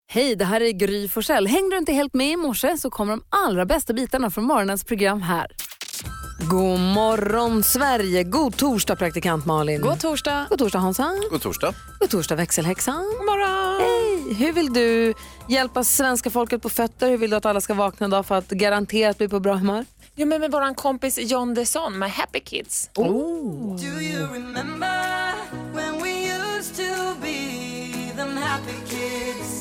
Hej, det här är Gry Forssell. Hängde du inte helt med i morse så kommer de allra bästa bitarna från morgonens program här. God morgon Sverige, god torsdag praktikant Malin. God torsdag. God torsdag Hansa. God torsdag. God torsdag växelhäxan. God morgon. Hej, hur vill du hjälpa svenska folket på fötter? Hur vill du att alla ska vakna idag för att garanterat bli på bra humör? Jo, men med våran kompis John Desson med Happy Kids. Do you remember when we used to be them happy kids,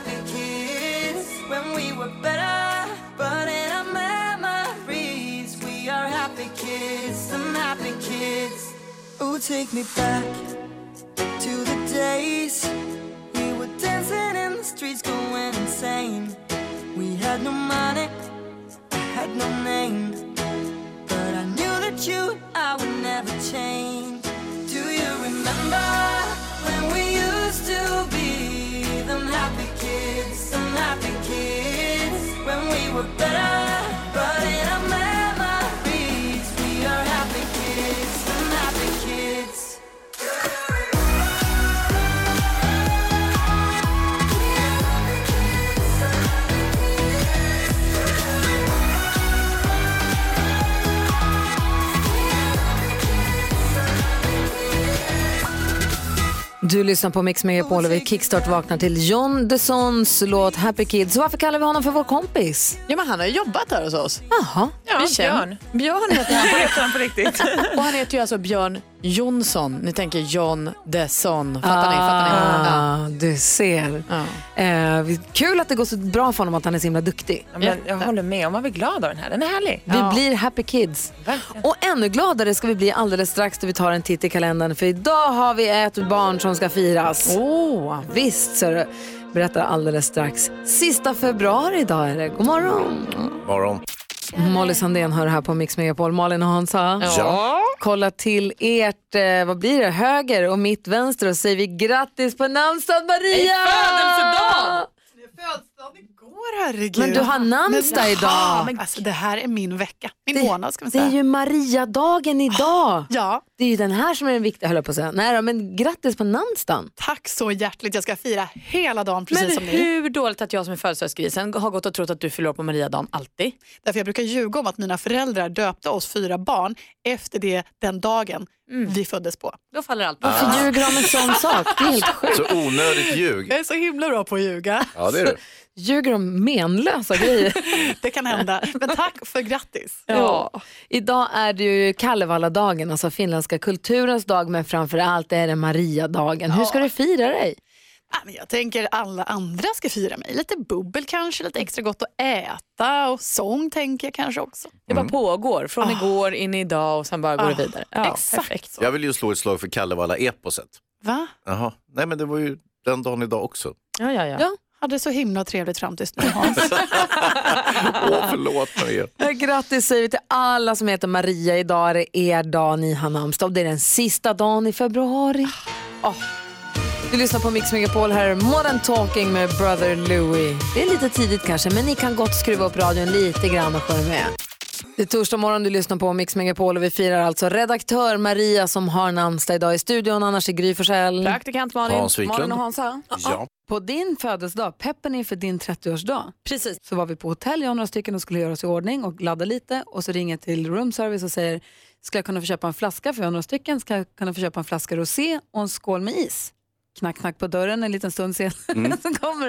when we were better, but in our memories we are happy kids, them happy kids. Oh, take me back to the days we were dancing in the streets, going insane. We had no money, had no name, but I knew that you, I would never change. Do you remember when we used to be them happy kids, when we were better, but in our memories we are happy kids, them happy kids. Du lyssnar på Mix Megapol och vi kickstart vaknar till John Dessons låt Happy Kids. Så varför kallar vi honom för vår kompis? Ja, men han har ju jobbat här hos oss. Jaha. Ja, Björn heter han på riktigt. Och han heter ju alltså Björn Jonsson. Ni tänker John Desson. Fattar ni? Du ser. Kul att det går så bra för honom att han är så himla duktig. Ja, men jag håller med om, man blir glad av den här. Den är härlig. Vi blir Happy Kids. Verkligen. Och ännu gladare ska vi bli alldeles strax då vi tar en titt i kalendern. För idag har vi ett barn som ska firas. Visst, så det berättar alldeles strax. Sista februari idag är det. God morgon. Morgon. Molly Sandén hör här på Mix Megapol. Malin och Hansa. Ja. Kolla till ert, vad blir det? Höger och mitt vänster och säger vi grattis på namnsdag Maria! Födelsedag! Det är födelsedag igår, herregud. Men du har namnsdag idag. Men alltså, det här är min vecka, min månad ska man Det säga. är ju Maria-dagen idag. Ja. Det är ju den här som är den viktiga, höll jag på att säga. Nej då, men grattis på namnsdagen. Tack så hjärtligt, jag ska fira hela dagen precis Men som ni. hur dåligt att jag som är födelsedagsgrisen har gått och trott att du fyller år på Mariadagen alltid? Därför jag brukar ljuga om att mina föräldrar döpte oss 4 barn efter den dagen vi föddes på. Då faller allt på. Varför ljuger de om en sån sak? Det är helt sjukt. Så onödigt ljug. Jag är så himla bra på att ljuga. Ja, det är det. Ljuger de menlösa grejer? Det kan hända. Men tack för grattis. Ja. Idag är det ju Kalevala-dagen, alltså finländska kulturens dag, men framförallt är det Maria-dagen. Hur ska du fira dig? Ja, men jag tänker alla andra ska fira mig. Lite bubbel kanske, lite extra gott att äta och sång tänker jag kanske också. Det bara pågår från igår in i idag och sen bara går det vidare. Ja, Exakt perfekt. så. Jag vill ju slå ett slag för Kalevala-eposet. Va? Jaha. Nej, men det var ju den dagen idag också. Ja. Hade så himla trevligt fram tills nu, Hans. Förlåt mig. Grattis säger vi till alla som heter Maria. Idag är det er dag, ni har namnsdag. Det är den sista dagen i februari. Du lyssnar på Mix Megapol, här Modern Talking med Brother Louie. Det är lite tidigt kanske, men ni kan gott skruva upp radion lite grann och sjunga med. Det är torsdag morgon, du lyssnar på Mix Megapol och vi firar alltså redaktör Maria som har namnsdag idag i studion. Annars är Gry Forssell. Praktikant Malin. Hans Wiklund. Malin och Hansa. Ja. På din födelsedag, peppen inför din 30-årsdag. Precis. Så var vi på hotell, jag och några stycken, och skulle göra oss i ordning och ladda lite. Och så ringer jag till room service och säger, ska jag kunna få köpa en flaska? För jag har några stycken. Ska jag kunna få köpa en flaska rosé och en skål med is? Knack, knack på dörren en liten stund senare. Så kommer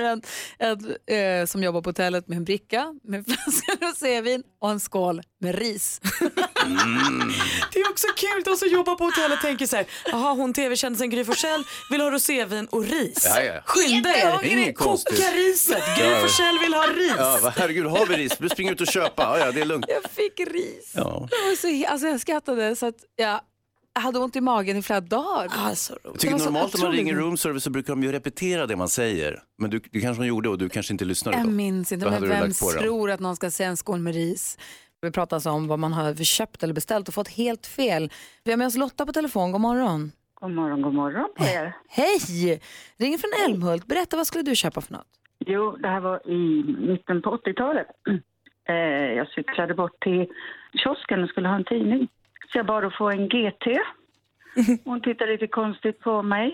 en som jobbar på hotellet med en bricka med flaska rosévin och en skål med ris. Det är också kul, de som jobbar på hotellet tänker så här: jaha, hon tv-kändisen Gry Forssell vill ha rosévin och ris. Ja. Skynda er, Inget konstigt. koka riset. Gry Forssell vill ha ris. Ja, herregud, har vi ris? Du springer ut och köpa. Ja, det är lugnt. Jag fick ris. Ja. Det var så, alltså jag skrattade så att jag hade ont i magen i flera dagar. Alltså, Jag tycker normalt om man ringer room service så brukar de ju repetera det man säger. Men du kanske gjorde och du kanske inte lyssnade då. Jag minns inte, Då men hade du vem lagt på den. tror att någon ska säga en skål med ris? Vi pratar alltså om vad man har köpt eller beställt och fått helt fel. Vi har med oss Lotta på telefon, god morgon. God morgon på er. Hej! Ringer från Älmhult, berätta, vad skulle du köpa för något? Jo, det här var i mitten på 80-talet. Jag cyklade bort till kiosken och skulle ha en tidning. Så jag bad att få en GT. Hon tittade lite konstigt på mig.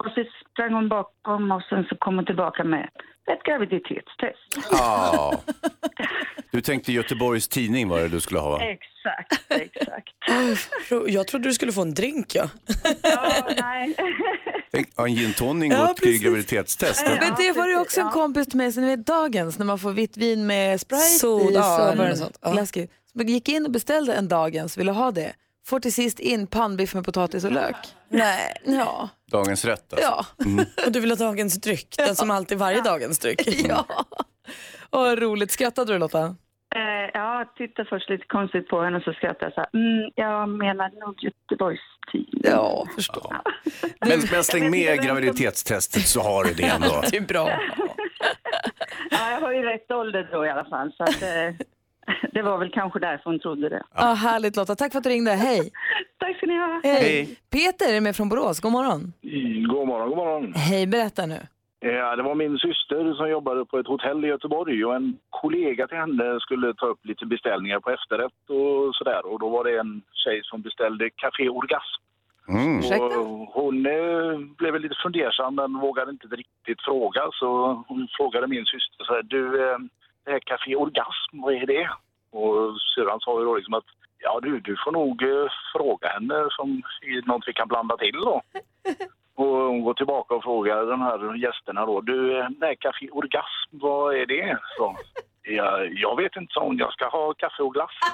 Och så sprang hon bakom och sen så kom hon tillbaka med ett graviditetstest. Ja. Du tänkte Göteborgs tidning var det du skulle ha, va? Exakt. Jag trodde du skulle få en drink, ja. Ja, nej. En gin tonic Ja, och ett graviditetstest. Men det var ju också en kompis till mig som vet dagens när man får vitt vin med Sprite Soda, i. eller Så något sånt. Ja. läskigt. Så man gick in och beställde en dagens, ville ha det. Får till sist in pannbiff med potatis och lök. Nej. Ja. Dagens rätt alltså. Ja. Och du vill ha dagens dryck, den som alltid varje dagens dryck. Ja. Åh, roligt. Skrattade du, Lotta? Jag tittade först lite konstigt på henne och så skrattade jag så här. Jag menar nog Göteborgs tidning. Ja, förstår. Men släng med graviditetstestet så har du det ändå. Det är bra. Ja, jag var ju rätt ålder då i alla fall. Så att, det var väl kanske därför hon trodde det. Ja, härligt Lotta. Tack för att du ringde. Hej. Tack ska ni ha. Hej. Peter är med från Borås. God morgon. God morgon. Hej, berätta nu. Ja, det var min syster som jobbade på ett hotell i Göteborg och en kollega till henne skulle ta upp lite beställningar på efterrätt och sådär. Och då var det en tjej som beställde Café Orgasm. Och hon blev lite fundersam men vågade inte riktigt fråga, så hon frågade min syster så här, du, det här Café Orgasm, vad är det? Och syrran sa ju då liksom att ja du får nog fråga henne som är något vi kan blanda till då. Och hon går tillbaka och frågar de här gästerna då, du, det här Café Orgasm, vad är det? Så, jag vet inte, så jag ska ha kaffe och glass.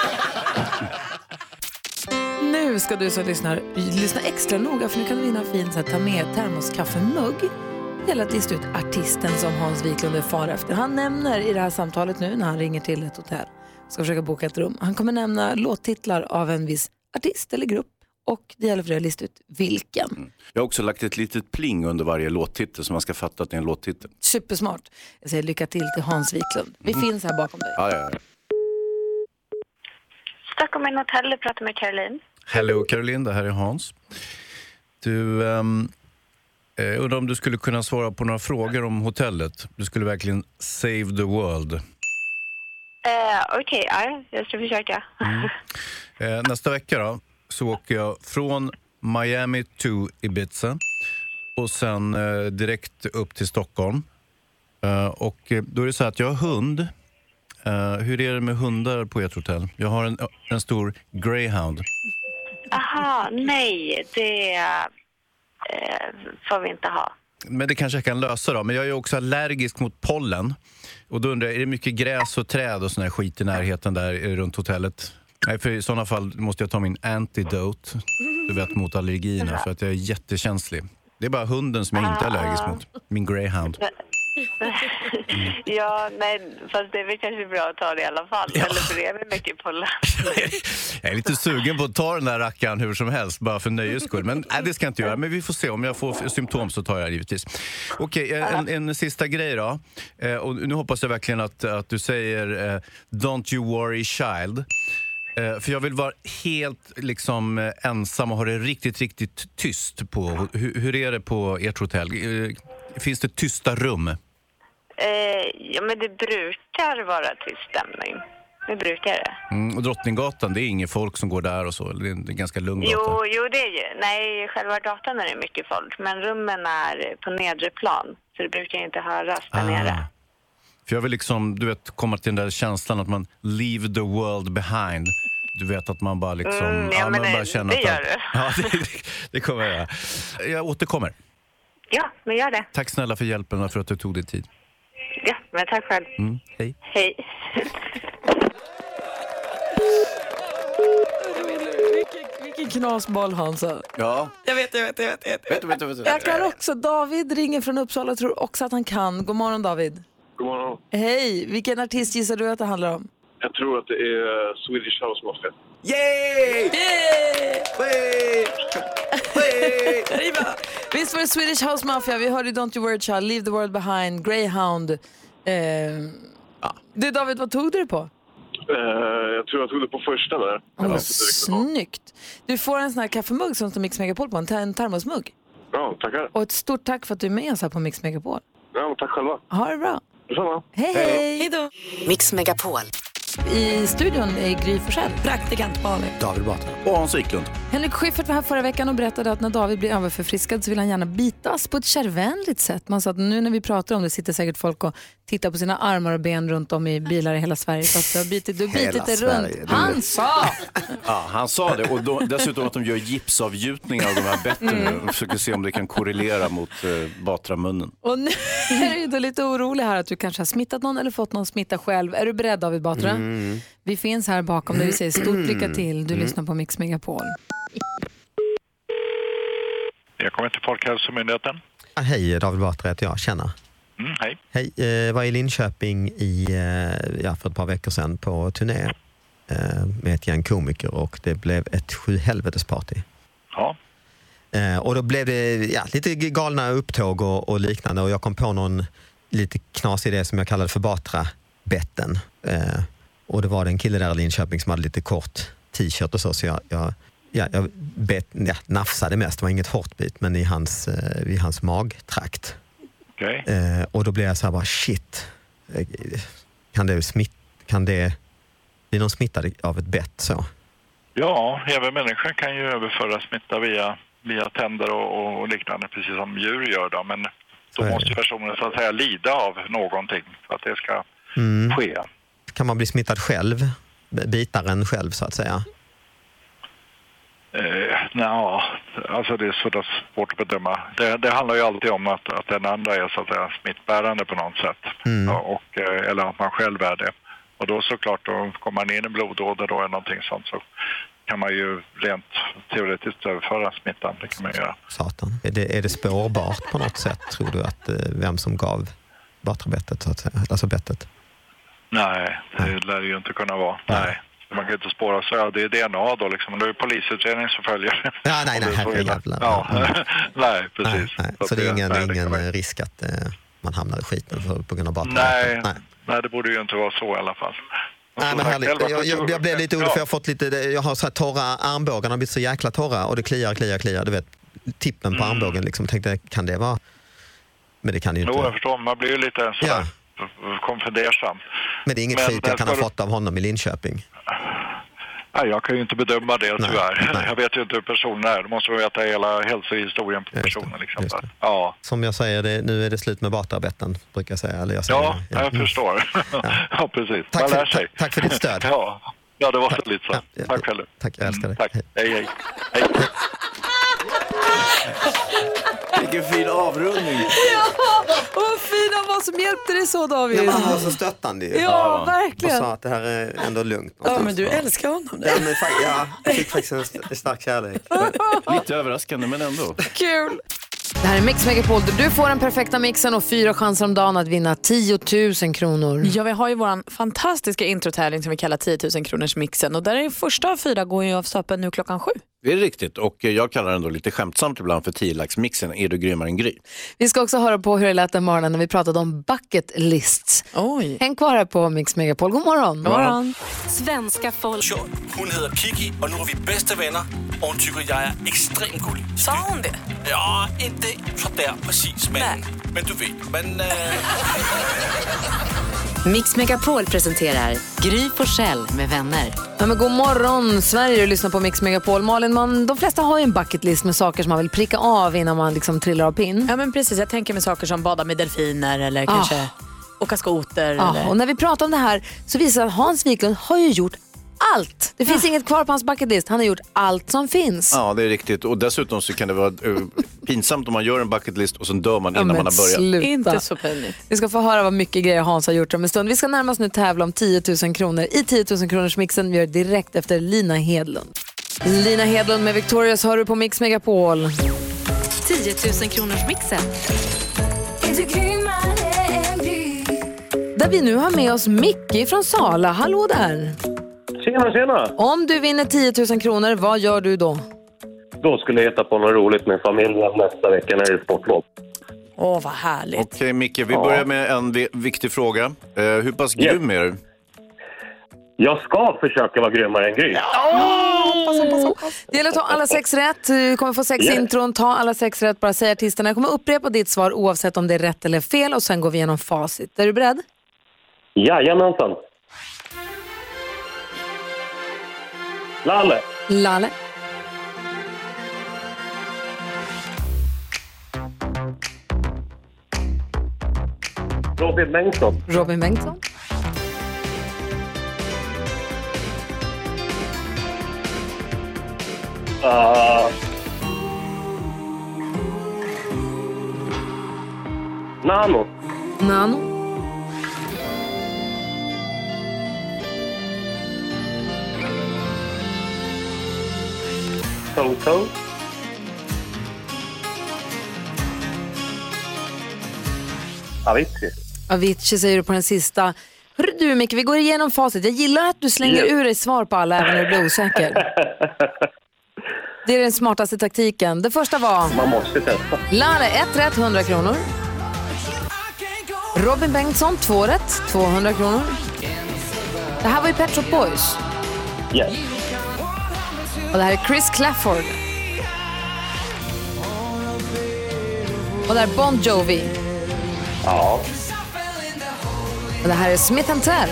Nu ska du som lyssna extra noga, för nu kan du vinna en fin så här, ta med termoskaffemugg. Hela att lista ut artisten som Hans Wiklund är far efter. Han nämner i det här samtalet nu när han ringer till ett hotell, ska försöka boka ett rum. Han kommer nämna låttitlar av en viss artist eller grupp. Och det gäller för dig att lista ut vilken. Jag har också lagt ett litet pling under varje låttitel så man ska fatta att det är en låttitel. Supersmart. Jag säger lycka till Hans Wiklund. Vi finns här bakom dig. Ja. Stockholm Hotell, du pratar med Caroline. Hello Caroline, det här är Hans. Du, undrar om du skulle kunna svara på några frågor om hotellet. Du skulle verkligen save the world. Okej, ja, jag ska försöka. Nästa vecka då så åker jag från Miami to Ibiza och sen direkt upp till Stockholm. Och då är det så att jag har hund. Hur är det med hundar på ert hotell? Jag har en stor greyhound. Aha, nej, det får vi inte ha. Men det kanske jag kan lösa då. Men jag är också allergisk mot pollen. Och då undrar jag, är det mycket gräs och träd och sån här skit i närheten där runt hotellet? Nej, för i sådana fall måste jag ta min antidote, du vet, mot allergierna, för att jag är jättekänslig. Det är bara hunden som jag inte är allergisk mot. Min greyhound. Ja, nej, fast det är väl kanske bra att ta det i alla fall. Ja. Eller för det är väl mycket pollen. Jag är lite sugen på att ta den där rackaren hur som helst, bara för nöjes skull. Men nej, det ska jag inte göra. Men vi får se, om jag får symptom så tar jag det givetvis. Okej, en sista grej då. Och nu hoppas jag verkligen att du säger Don't you worry child. För jag vill vara helt liksom ensam och ha det riktigt, riktigt tyst på. Hur är det på ert hotell? Finns det tysta rum? Ja, men det brukar vara tyst stämning. Det brukar det. Och Drottninggatan, det är ingen folk som går där och så? Det är en ganska lugn gata. Jo, det är ju. Nej, själva gatan är det mycket folk. Men rummen är på nedre plan. Så det brukar inte höras där nere. För jag vill liksom, du vet, komma till den där känslan att man leave the world behind. Du vet att man bara liksom... ja, men man bara känner det gör du. Ja, det kommer jag göra. Jag återkommer. Ja, men gör det. Tack snälla för hjälpen och för att du tog dig tid. Ja, men tack själv. Hej. Hej. Vilken knasboll Hansa. Ja. Jag vet. Jag kan också. David ringer från Uppsala och tror också att han kan. God morgon David. God morgon. Hej, vilken artist gissar du att det handlar om? Jag tror att det är Swedish House Mafia. Yay! Visst var det Swedish House Mafia? Vi hörde Don't You Worry Child, Leave the World Behind, Greyhound. Du David, vad tog du det på? Jag tror jag tog det på första där. Snyggt. Du får en sån här kaffemugg som står Mix Megapol på, en termosmugg. Ja, tackar. Och ett stort tack för att du är med oss här på Mix Megapol. Ja, tack själva. Ha det bra. Detsamma. Hej. Hej då. Mix Megapol. I studion är Gry Forssell. Praktikant Malin. David Batra. Och Hans Wiklund. Henrik Schyffert var här förra veckan och berättade att när David blir överförfriskad så vill han gärna bitas på ett kärvänligt sätt. Man sa att nu när vi pratar om det sitter säkert folk och tittar på sina armar och ben runt om i bilar i hela Sverige. Så att du har bitit det runt. Han sa! Ja, han sa det. Och dessutom att de gör gipsavgjutningar av de här betten. De försöker se om det kan korrelera mot Batra-munnen. Och nu är du då lite orolig här att du kanske har smittat någon eller fått någon smitta själv. Är du beredd, David Batra? Vi finns här bakom där vi säger stort lycka till. Du lyssnar på Mix Megapol. Jag kommer till Folkhälsomyndigheten. Hej, David Batra heter jag. Tjena. Hej. Hej, var i Linköping för ett par veckor sedan på turné med ett gäng komiker och det blev ett 7-helvetesparty. Ja. Och då blev det lite galna upptåg och liknande och jag kom på någon lite knasig idé som jag kallade för Batra-betten. Och det var en kille där i Linköping som hade lite kort t-shirt och så jag nafsade mest. Det var inget hårt bit men i hans magtrakt. Okay. Och då blev jag så här bara shit. Kan det bli någon smittad av ett bett så? Ja, även människan kan ju överföra smitta via tänder och liknande, precis som djur gör då. Men då måste personen så att säga lida av någonting för att det ska ske. Kan man bli smittad själv? Bitaren själv så att säga? Alltså det är så svårt att bedöma. Det handlar ju alltid om att den andra är så att säga smittbärande på något sätt. Eller att man själv är det. Och då såklart, då kommer man in i blodåder då eller någonting sånt så kan man ju rent teoretiskt överföra smittan. Det kan man göra. Satan. Är det spårbart på något sätt, tror du, att vem som gav Batra-bettet så att säga? Alltså bettet? Nej, det lär ju inte kunna vara. Nej. Man kan inte spåra så. Det är DNA då liksom. Det är polisutredning som följer. Ja, nej, herrejävlar. Ja, nej, precis. Nej. Så det är ingen risk att man hamnar i skiten på grund av Batra? Nej, det borde ju inte vara så i alla fall. Nej, men härligt. Jag blev lite orolig för jag har så här torra armbågarna har blivit så jäkla torra och det kliar. Du vet, tippen på armbågen liksom. Tänkte, kan det vara? Men det kan ju inte. Jo, jag förstår. Man blir ju lite sådär konfundersam. Men det är inget skit jag kan ha fått av honom i Linköping. Nej, jag kan ju inte bedöma det tyvärr. Nej. Jag vet ju inte hur personen är. Du måste veta hela hälsohistorien på personen. Liksom. Ja. Som jag säger, nu är det slut med Batra-betten, brukar jag säga. Eller jag säger, jag förstår. Ja, precis. Tack för ditt stöd. Ja, det var så lite så. Tack själv. Tack, jag älskar dig. Tack. Hej. Vilken fin avrundning. Ja, vad fin han var som hjälpte dig så, David. Nej, han var så stöttande ju. Ja, verkligen. Och sa att det här är ändå lugnt. Ja, men du älskar honom. Ja, men jag fick faktiskt en stark kärlek. Lite överraskande, men ändå. Kul. Det här är Mix Megapol. Du får den perfekta mixen och 4 chanser om dagen att vinna 10 000 kronor. Ja, vi har ju våran fantastiska introtävling som vi kallar 10 000 kronors mixen. Och där är den första av 4 går ju av stapeln nu klockan 7. Det är riktigt och jag kallar den då lite skämtsamt ibland för 10-laxmixen. Är du grymmare än Gry? Vi ska också höra på hur det lät den morgonen när vi pratade om bucket lists. Oj. Häng kvar här på Mix Megapol. God morgon. God morgon. Svenska folk. Hon heter Kiki och nu är vi bästa vänner. Och hon tycker jag är extremt gullig. Sa hon det? Ja, inte så där precis, men du vet. Men, Mix Megapol presenterar Gry Forssell med vänner. Ja, men god morgon Sverige, du lyssnar på Mix Megapol. Malin, de flesta har ju en bucket list med saker som man vill pricka av innan man liksom trillar av pinn. Ja, men precis, jag tänker med saker som bada med delfiner eller kanske åka skoter. Eller... Och när vi pratar om det här så visar det att Hans Wiklund har ju gjort allt. Det finns inget kvar på hans bucket list. Han har gjort allt som finns. Ja, det är riktigt. Och dessutom så kan det vara pinsamt om man gör en bucket list och sen dör man innan man har börjat. Sluta. Inte så pinligt. Vi ska få höra vad mycket grejer Hans har gjort om en stund. Vi ska närmast nu tävla om 10 000 kronor i 10 000 kronors mixen. Vi gör direkt efter Lina Hedlund. Lina Hedlund med Victorious hör du på Mix Megapol. 10 000 kronors mixen. Där vi nu har med oss Micke från Sala. Hallå där. Tjena. Om du vinner 10 000 kronor, vad gör du då? Då skulle jag hitta på något roligt med familjen nästa vecka när det är sportlov. Vad härligt. Okej, Micke, vi börjar med en viktig fråga. Hur pass grym är du? Jag ska försöka vara grymmare än Gry. Det gäller att ta alla 6 rätt. Du kommer få 6 intron. Ta alla 6 rätt, bara säg artisterna. Jag kommer upprepa ditt svar oavsett om det är rätt eller fel. Och sen går vi igenom facit. Är du beredd? Jajamensan. Lalle. Lalle. Robin Bengtsson. Robin Bengtsson. Nano. Nano. Toto. Avicii. Avicii säger du på den sista. Hörru du Micke, vi går igenom facit. Jag gillar att du slänger ur dig svar på alla även när du blir osäker. Det är den smartaste taktiken. Det första var... Man måste testa. Lalle, 1 rätt, 100 kronor. Robin Bengtsson, 2 rätt, 200 kronor. Det här var ju Pet Shop Boys. Yes. Och det här är Chris Clafford. Och det här är Bon Jovi. Ja. Och det här är Smith & Tell.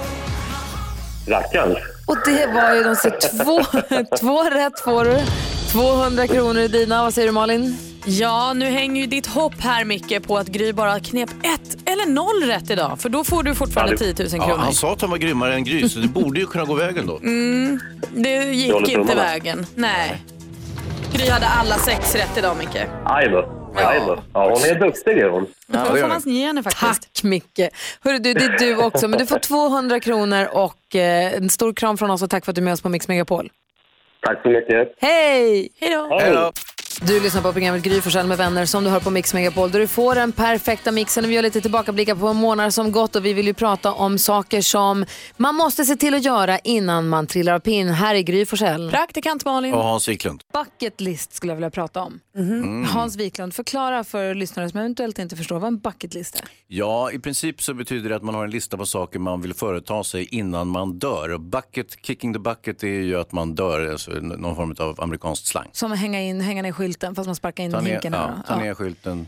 Rackarn. Och det var ju de två rätt får du. 200 kronor i dina. Vad säger du Malin? Ja, nu hänger ju ditt hopp här Micke på att Gry bara knep 1 eller 0 rätt idag. För då får du fortfarande 10 000 kronor. Ja, han sa att han var grymmare än Gry, så det borde ju kunna gå vägen då. Det gick inte vägen. Nej. Gry hade alla 6 rätt idag Micke. Aj då. Ja, hon är duktig är hon. Ja, det får man ge henne faktiskt. Tack Micke. Hörru du, det är du också. Men du får 200 kronor och en stor kram från oss och tack för att du är med oss på Mix Megapol. Tack så mycket. Hej! Hej då! Hej då! Du lyssnar på programmet Gry Forssell med vänner som du hör på Mix Megapol där du får den perfekta mixen. Vi gör lite tillbakablickar på månader som gått och vi vill ju prata om saker som man måste se till att göra innan man trillar av pinn. Här är Gry Forssell. Praktikant Malin. Och Hans Wiklund. Bucket list skulle jag vilja prata om. Hans Wiklund, förklara för lyssnare som eventuellt inte förstår vad en bucket list är. Ja, i princip så betyder det att man har en lista på saker man vill företa sig innan man dör. Och kicking the bucket är ju att man dör, alltså någon form av amerikansk slang. Som att hänga ner skylten fast man sparkar in hinken. Ta ner skylten.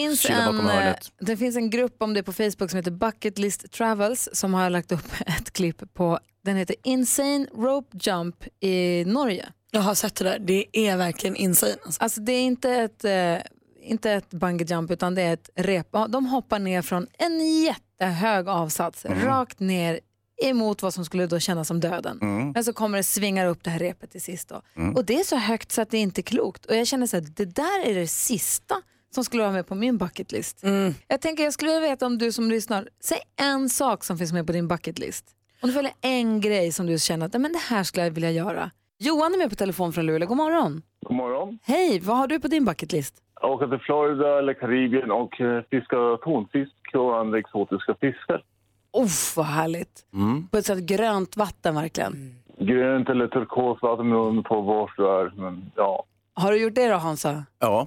Det finns en grupp om det på Facebook som heter Bucket List Travels som har lagt upp ett klipp på, den heter Insane Rope Jump i Norge. Jag har sett det där, det är verkligen insane. Alltså det är inte ett bungee jump utan det är ett rep. De hoppar ner från en jättehög avsats rakt ner emot vad som skulle då kännas som döden. Men så kommer det svingar upp det här repet till sist då. Och det är så högt så att det inte är klokt. Och jag känner så att det där är det sista som skulle vara med på min bucketlist. Jag skulle vilja veta om du som lyssnar, säg en sak som finns med på din bucketlist. Om du följer en grej som du känner att men det här skulle jag vilja göra. Johan är med på telefon från Luleå. God morgon. God morgon. Hej, vad har du på din bucketlist? Åka till Florida eller Karibien och fiska tonfisk och andra exotiska fiskar. Vad härligt. På ett sånt grönt vatten verkligen. Grönt eller turkosvatten beroende på var du är. Men, ja. Har du gjort det då, Hansa? Ja.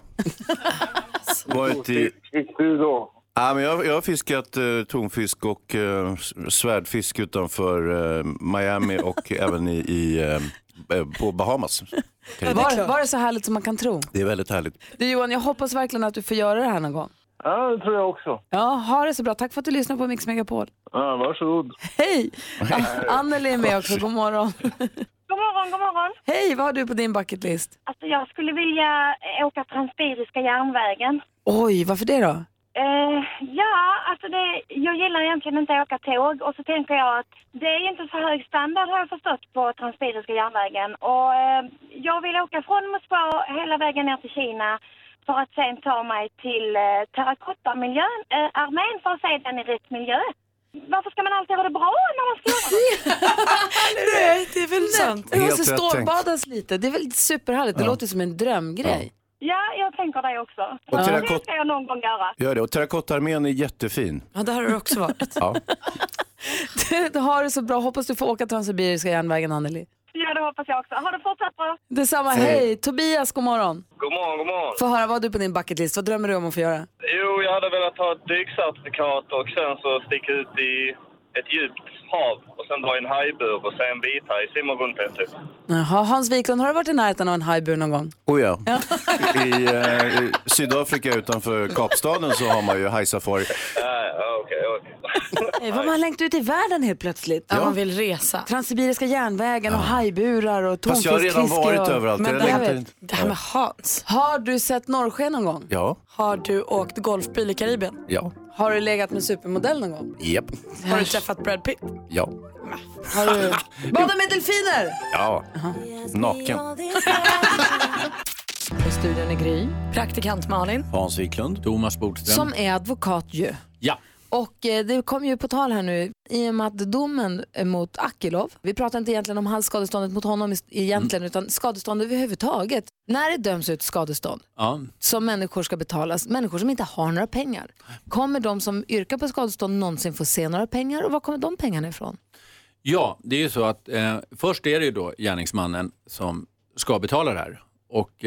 Fick du då? Ja, men jag har fiskat tonfisk och svärdfisk utanför Miami och även på Bahamas. Var det så härligt som man kan tro? Det är väldigt härligt. Du Johan, jag hoppas verkligen att du får göra det här någon gång. Ja, det tror jag också. Ja, ha det så bra. Tack för att du lyssnar på Mix Megapol. Ja, varsågod. Hej! Anneli är med också. God morgon. God morgon. Hej, vad har du på din bucketlist? Alltså jag skulle vilja åka Transsibiriska järnvägen. Oj, varför det då? Jag gillar egentligen inte att åka tåg och så tänker jag att det är inte så hög standard har jag förstått på Transsibiriska järnvägen. Och jag vill åka från Moskva hela vägen ner till Kina för att sen ta mig till terrakottamiljön, armén för att se den i rätt miljö. Varför ska man alltid ha det bra när man ska göra det? Det är väl sant. Det måste stålbadas lite. Det är väl superhärligt. Det låter som en drömgrej. Ja, jag tänker det också. Och det ska jag någon gång göra. Gör det. Och terrakottarmén är jättefin. Ja, det har du också varit. Ja. Du har det så bra. Hoppas du får åka Transsibiriska järnvägen, Anneli. Ja, det hoppas jag också. Har det fortsatt bra? Detsamma, hej. Tobias, god morgon. God morgon. Få höra, vad har du på din bucketlist? Vad drömmer du om att få göra? Jo, jag hade velat ha ett dykcertifikat och sen så sticka ut i ett djupt hav och sen dra i en hajbur och se en vithaj simma runt det typ. Jaha, Hans Wiklund, har du varit i närheten av en hajbur någon gång? Oh ja. I Sydafrika utanför Kapstaden så har man ju hajsafari. Vad man har längt ut i världen helt plötsligt. Ja. Man vill resa. Transsibiriska järnvägen och hajburar och Fast jag har redan tonfiskfiske. varit överallt. Men det här med Hans. Har du sett norrsken någon gång? Ja. Har du åkt golfbil i Karibien? Ja. Har du legat med supermodell någon gång? Japp. Har du träffat Brad Pitt? Ja. Har du badat med delfiner? Ja. Naken. I studion är Gry. Praktikant Malin. Hans Wiklund. Thomas Bodström. Som är advokat ju. Ja. Och det kom ju på tal här nu i och med att domen mot Akilov, vi pratar inte egentligen om skadeståndet mot honom egentligen utan skadestånd överhuvudtaget. När det döms ut skadestånd som människor ska betalas, människor som inte har några pengar, kommer de som yrkar på skadestånd någonsin få se några pengar och var kommer de pengarna ifrån? Ja, det är ju så att först är det ju då gärningsmannen som ska betala det här. Och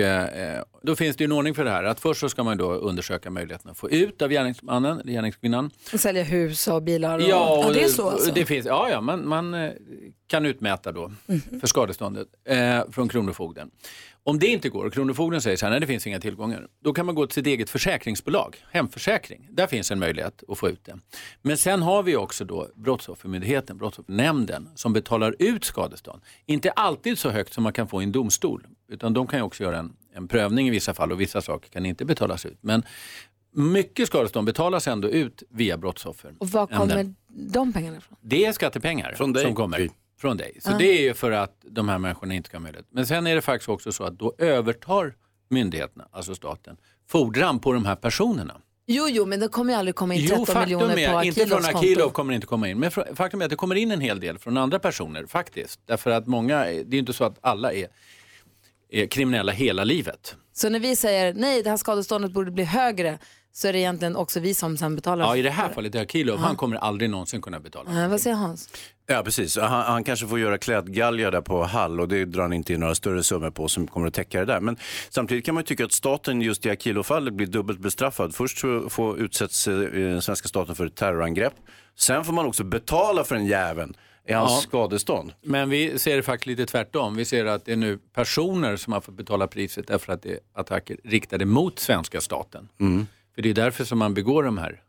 då finns det ju en ordning för det här. Att först så ska man då undersöka möjligheten att få ut av gärningsmannen, eller gärningskvinnan. Och sälja hus och bilar. Och... Ja, det är så alltså. Det finns, man kan utmäta då för skadeståndet från kronofogden. Om det inte går och kronofogden säger så här, nej det finns inga tillgångar. Då kan man gå till sitt eget försäkringsbolag, hemförsäkring. Där finns en möjlighet att få ut det. Men sen har vi också då Brottsoffermyndigheten, Brottsoffernämnden som betalar ut skadestånd. Inte alltid så högt som man kan få i en domstol. Utan de kan ju också göra en prövning i vissa fall och vissa saker kan inte betalas ut. Men mycket skadestånd betalas ändå ut via brottsoffer. Och var kommer de pengarna ifrån? Det är skattepengar från dig. Som kommer från dig. Så det är ju för att de här människorna inte kan ha möjlighet. Men sen är det faktiskt också så att då övertar myndigheterna, alltså staten, fordran på de här personerna. Jo, men det kommer ju aldrig komma in 13 miljoner på Akilovs konto. Inte från Akilov kommer inte komma in. Men faktum är att det kommer in en hel del från andra personer faktiskt. Därför att många, det är ju inte så att alla är kriminella hela livet. Så när vi säger nej, det här skadeståndet borde bli högre, så är det egentligen också vi som sen betalar. Ja, i det här fallet är Akilov, han kommer aldrig någonsin kunna betala. Vad säger Hans? Ja, precis. Han kanske får göra klädgalgar där på Hall och det drar han inte in några större summor på som kommer att täcka det där. Men samtidigt kan man ju tycka att staten just i Akilov-fallet blir dubbelt bestraffad. Först får utsätts svenska staten för ett terrorangrepp. Sen får man också betala för en jäveln i hans skadestånd. Men vi ser det faktiskt lite tvärtom. Vi ser att det är nu personer som har fått betala priset därför att det är attacker riktade mot svenska staten. För det är därför som man begår de här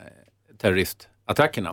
terroristattackerna.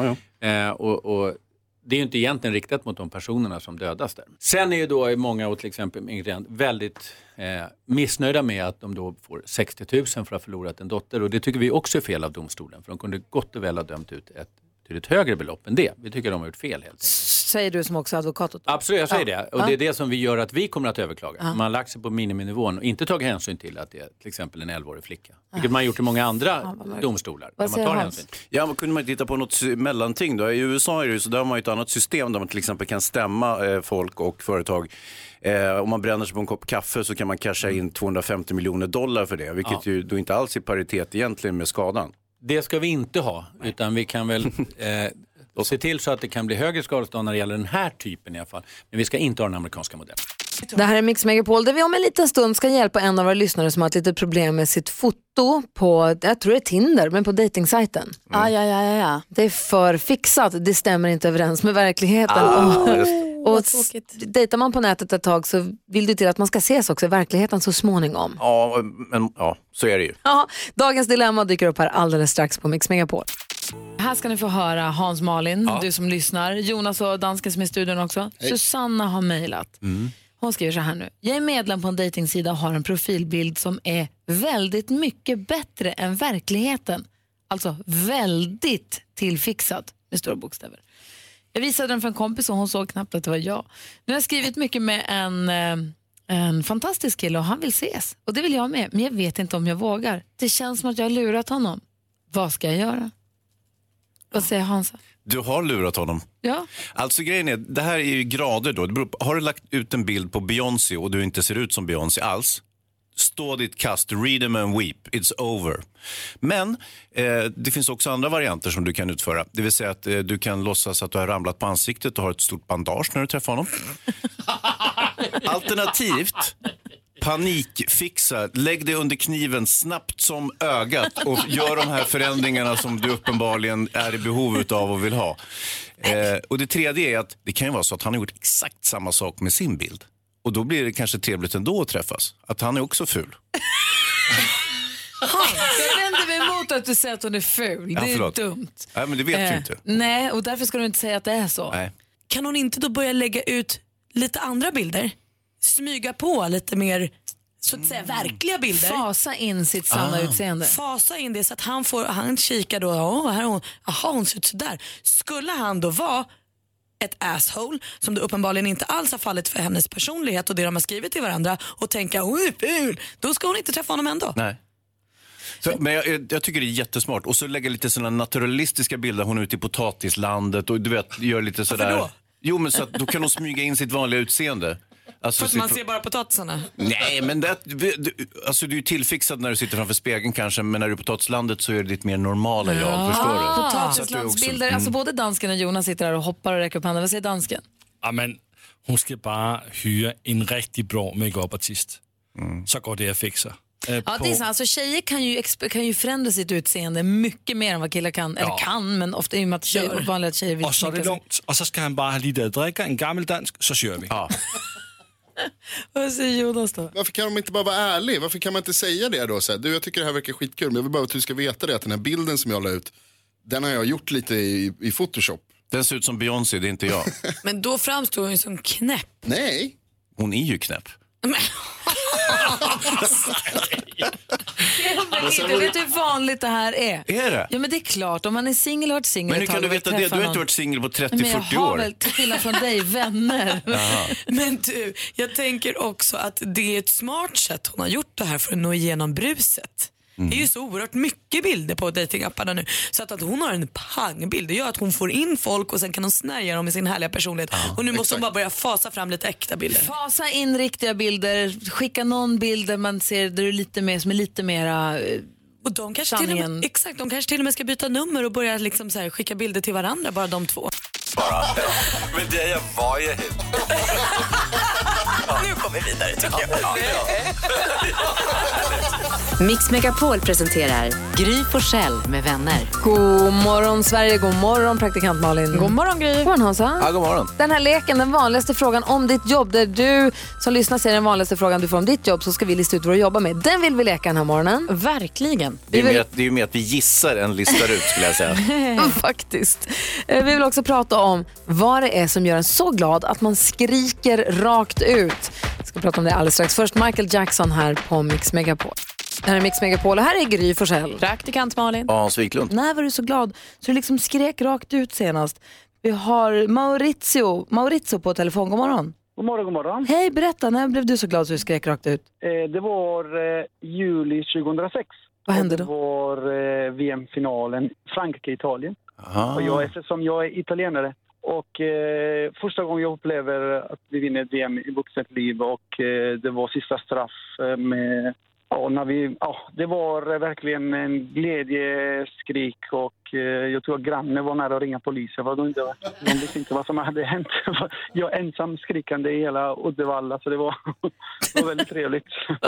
Och det är ju inte egentligen riktat mot de personerna som dödas där. Sen är ju då många, och till exempel migrant, väldigt missnöjda med att de då får 60 000 för att ha förlorat en dotter. Och det tycker vi också är fel av domstolen. För de kunde gott och väl ha dömt ut ett högre belopp än det. Vi tycker de har gjort fel helt enkelt. Säger du som också advokat? Absolut, jag säger det. Och det är det som vi gör att vi kommer att överklaga. Man har lagt sig på miniminivån och inte tagit hänsyn till att det är till exempel en 11-årig flicka. Vilket man har gjort i många andra domstolar. Vad säger Hans? Ja, man kunde man titta på något mellanting då. I USA är det ju så, där har man ju ett annat system där man till exempel kan stämma folk och företag. Om man bränner sig på en kopp kaffe så kan man casha in $250 miljoner för det. Vilket ju då inte alls är paritet egentligen med skadan. Det ska vi inte ha, utan vi kan väl se till så att det kan bli högre skadestånd när det gäller den här typen i alla fall. Men vi ska inte ha den amerikanska modellen. Det här är Mix Megapol där vi om en liten stund ska hjälpa en av våra lyssnare som har ett litet problem med sitt foto på, jag tror det är Tinder, men på dejtingsajten. Ja. Det är för fixat, det stämmer inte överens med verkligheten. Och dejtar man på nätet ett tag så vill du till att man ska ses också i verkligheten så småningom. Ja, men så är det ju. Ja, dagens dilemma dyker upp här alldeles strax på Mix Megapol. Här ska ni få höra Hans Malin, du som lyssnar. Jonas och dansken som är i studion också. Hej. Susanna har mejlat. Hon skriver så här nu. Jag är medlem på en dejtingsida och har en profilbild som är väldigt mycket bättre än verkligheten. Alltså väldigt tillfixat med stora bokstäver. Jag visade den för en kompis och hon såg knappt att det var jag. Nu har jag skrivit mycket med en fantastisk kille och han vill ses. Och det vill jag med, men jag vet inte om jag vågar. Det känns som att jag har lurat honom. Vad ska jag göra? Vad säger Hansa? Du har lurat honom. Ja. Alltså grejen är, det här är ju grader då. Har du lagt ut en bild på Beyoncé och du inte ser ut som Beyoncé alls? Stå ditt kast, read them and weep, it's over. Men det finns också andra varianter som du kan utföra. Det vill säga att du kan låtsas att du har ramlat på ansiktet och har ett stort bandage när du träffar honom. Alternativt, panikfixa, lägg det under kniven snabbt som ögat och gör de här förändringarna som du uppenbarligen är i behov av och vill ha. Och det tredje är att det kan ju vara så att han har gjort exakt samma sak med sin bild. Och då blir det kanske trevligt ändå att träffas. Att han är också ful. Jag vänder mig emot att du säger att hon är ful. Ja, det är förlåt. dumt. Nej, men det vet du inte. Nej, och därför ska du inte säga att det är så. Nej. Kan hon inte då börja lägga ut lite andra bilder? Smyga på lite mer, så att säga, verkliga bilder. Fasa in sitt sanna utseende. Fasa in det så att han kikar då, här hon ser ut sådär. Skulle han då vara ett asshole som det uppenbarligen inte alls har fallit för hennes personlighet och det de har skrivit till varandra och tänka hon är ful, då ska hon inte träffa honom ändå. Nej. Så, men jag tycker det är jättesmart. Och så lägga lite sådana naturalistiska bilder. Hon är ute i potatislandet och du vet, gör lite sådär. Varför då? Jo, men så att då kan hon smyga in sitt vanliga utseende. Alltså, för att man ser bara potatisarna. Nej, men du är ju tillfixad när du sitter framför spegeln kanske, men när du är på potatislandet så är det ditt mer normala jag, förstår du? Potatislandsbilder, alltså både dansken och Jonas sitter där och hoppar och räcker upp handen. Vad säger dansken? Ja, men hon ska bara hyra en riktigt bra make-up-artist. Så går det att fixa. Ja, det är så. Alltså, tjejer kan ju förändra sitt utseende mycket mer än vad killar kan. Eller kan, men ofta är det med att vanliga tjejer vill. Och så är det lugnt. Och så ska han bara ha lite att dricka, en gammeldansk, så kör vi. Ja. Vad säger Jonas då? Varför kan de inte bara vara ärlig? Varför kan man inte säga det då? Så här, jag tycker det här verkar skitkul, men jag vill bara att du ska veta det, att den här bilden som jag la ut, den har jag gjort lite i Photoshop. Den ser ut som Beyoncé, det är inte jag. Men då framstår hon ju som knäpp. Nej. Hon är ju knäpp. Du vet hur vanligt det här är. Är det? Ja, men det är klart, om man är singel och har varit singel. Men hur kan du veta det? Du har inte varit singel på 30-40 år. Men jag har väl, till skillnad från dig, vänner. Men du, jag tänker också att det är ett smart sätt hon har gjort det här för att nå igenom bruset. Det är ju så oerhört mycket bilder på datingapparna nu. Så att hon har en pangbild, det gör att hon får in folk och sen kan hon snärja dem med sin härliga personlighet. Och nu måste hon bara börja fasa fram lite äkta bilder. Fasa in riktiga bilder, skicka någon bild där man ser där du är lite mer, som är lite mera och de kanske till och med, exakt, de kanske till och med ska byta nummer och börja liksom så här, skicka bilder till varandra, bara de två. Men det är jag varje helg. Nu kommer vi vidare tycker jag. Mix Megapol presenterar Gry Forssell med vänner. God morgon Sverige, god morgon praktikant Malin. God morgon Gry. God morgon Hansa. Ja, god morgon. Den här leken, den vanligaste frågan om ditt jobb, där du som lyssnar ser den vanligaste frågan du får om ditt jobb, så ska vi lista ut vad du jobbar med. Den vill vi leka den här morgonen. Verkligen. Det är ju mer att vi gissar än listar ut, skulle jag säga. Faktiskt. Vi vill också prata om vad det är som gör en så glad att man skriker rakt ut. Jag ska prata om det alldeles strax. Först Michael Jackson här på Mix Megapol. Det här är Mix Megapol och här är Gry Forssell. Praktikant Malin. Hans Wiklund. När var du så glad så du liksom skrek rakt ut senast? Vi har Maurizio på telefon. God morgon. God morgon, god morgon. Hej, berätta. När blev du så glad så du skrek rakt ut? Det var juli 2006. Vad hände då? Det var VM-finalen Frankrike-Italien. Och eftersom jag är italienare och första gången jag upplever att vi vinner ett VM i vuxet liv och det var sista straff med... det var verkligen en glädjeskrik och jag tror att grannen var nära att ringa polisen. De visste inte vad som hade hänt. Jag ensam skrikande i hela Uddevalla, så det var väldigt trevligt.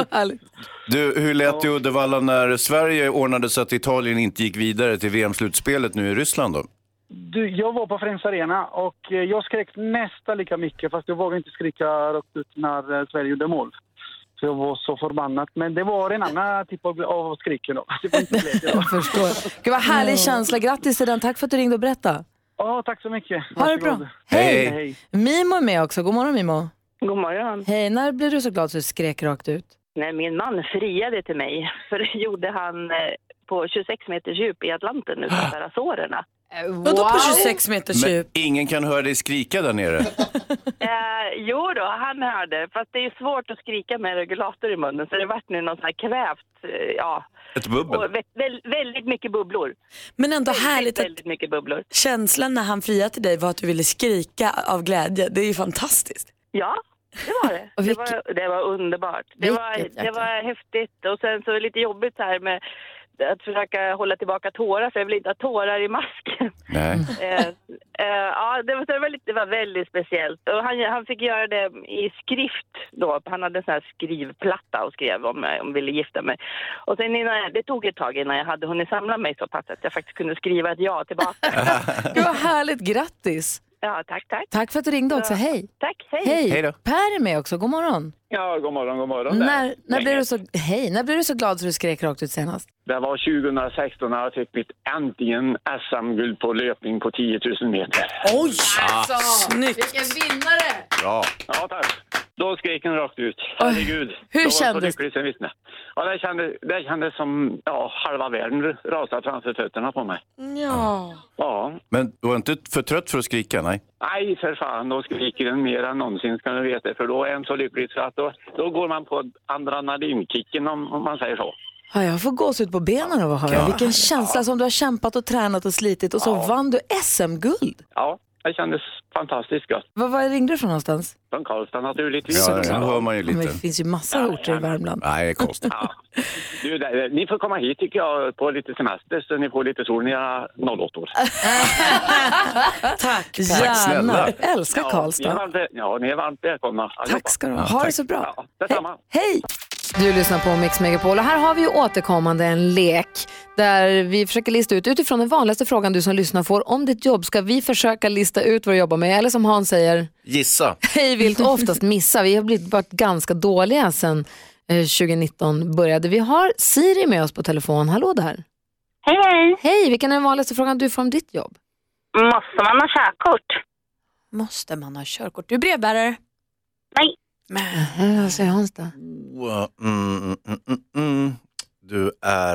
Du, hur lät det i Uddevalla när Sverige ordnade så att Italien inte gick vidare till VM-slutspelet nu i Ryssland då? Jag var på Friends Arena och jag skrek nästan lika mycket, fast jag vågade inte skrika rakt ut när Sverige gjorde mål. Så jag var så förbannad. Men det var en annan typ av skriken då. Jag förstår. Gud vad härlig känsla. Grattis till den. Tack för att du ringde och berättade. Ja, tack så mycket. Ha det bra. Hej. Mimo är med också. God morgon Mimo. God morgon. Hej, när blev du så glad så du skrek rakt ut? Nej, min man friade till mig. För det gjorde han på 26 meters djup i Atlanten utanför Azorerna. Vadå på 26 meters djup? Men ingen kan höra dig skrika där nere. Jo då, han hörde. Fast det är svårt att skrika med regulator i munnen. Så det vart nu någon sån här kvävt, ett bubbel. Och väldigt mycket bubblor. Men ändå härligt väldigt mycket bubblor. Känslan när han friade till dig var att du ville skrika av glädje. Det är ju fantastiskt. Ja, det var det. Det var underbart. Det var häftigt. Och sen så är det lite jobbigt här med att försöka hålla tillbaka tårar, för jag vill inte ha tårar i masken. Nej. Det var väldigt speciellt. Och han fick göra det i skrift då. Han hade en sån här skrivplatta och skrev om jag ville gifta mig. Och sen det tog ett tag innan jag hade hunnit samla mig så pass att jag faktiskt kunde skriva ett ja tillbaka. Gud vad härligt, grattis! Ja, tack. Tack för att du ringde också. Hej. Tack, hej. Hej då. Per är med också. God morgon. Ja, god morgon. När blev du så glad så du skrek rakt ut senast? Det var 2016 när jag fick mitt äntligen SM-guld på löpning på 10 000 meter. Oj! Snyggt. Vilken vinnare! Bra. Ja, tack. Då skrek den rakt ut. Herregud. Hur kändes det? Ja, det kändes som halva världen rasade framför fötterna på mig. Ja. Men du var inte för trött för att skrika, nej? Nej, för fan. Då skriker den mer än någonsin, ska du veta. För då är den så lycklig så att då går man på adrenalinkicken om man säger så. Ja, jag får gås ut på benen av att höra. Vilken känsla som du har kämpat och tränat och slitit och så vann du SM-guld. Ja, det kändes fantastiskt gott. Var ringde du från någonstans? Från Karlstad naturligtvis. Ja, det hör man ju lite. Men det finns ju massor av orter i Värmland. Nej, det är konstigt. Ja. Ni får komma hit tycker jag på lite semester så ni får lite sol när jag är 08 år. Tack, snälla. Jag älskar Karlstad. Ni är varmt välkomna. Tack ska du ha. Ha det så bra. Ja, detsamma. Hej! Du lyssnar på Mix Megapol och här har vi ju återkommande en lek där vi försöker lista ut utifrån den vanligaste frågan du som lyssnar får om ditt jobb. Ska vi försöka lista ut vad du jobbar med eller som Hans säger? Gissa. Hej vilt oftast missa. Vi har varit ganska dåliga sedan 2019 började. Vi har Siri med oss på telefon. Hallå där. Hej. Hej, vilken är den vanligaste frågan du får om ditt jobb? Måste man ha körkort? Måste man ha körkort? Du är brevbärare? Nej. Men vad säger Hans då? Du är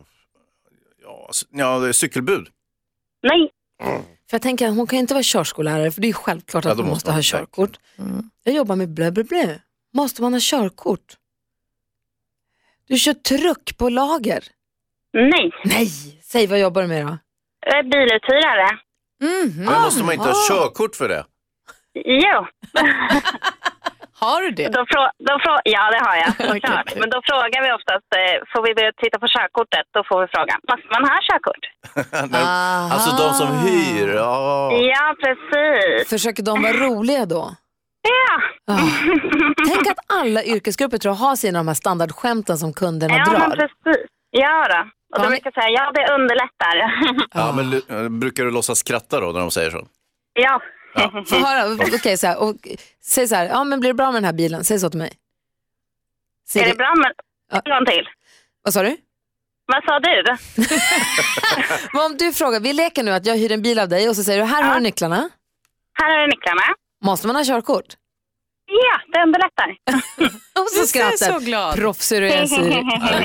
det är cykelbud. Nej. För jag tänker att hon kan inte vara körskollärare för det är självklart att hon måste ha körkort. Jag jobbar med blä. Måste man ha körkort? Du kör truck på lager? Nej. Säg, vad jobbar du med då? Biluthyrare. Men måste man inte ha körkort för det? Jo. Har du det? Ja, det har jag. Okay. Men då frågar vi oftast, får vi börja titta på körkortet, då får vi frågan, måste man ha körkort? Alltså de som hyr. Ja, precis. Försöker de vara roliga då? Ja. Tänk att alla yrkesgrupper tror har sina de här standardskämten som kunderna drar. Ja, men precis. Ja då. Och då brukar jag säga, det underlättar. Ja, men brukar du låtsas skratta då när de säger så? Ja. Få höra, okej, så här, och säg så här, ja men blir det bra med den här bilen? Säg så till mig. Är det bra med någon till? Vad sa du? Vad sa du? Men om du frågar, vi leker nu att jag hyr en bil av dig och så säger du, här har du nycklarna. Här har du nycklarna. Måste man ha körkort? Ja, det underlättar. Och så skrattar. Så glad. Proffsig du är, Siri.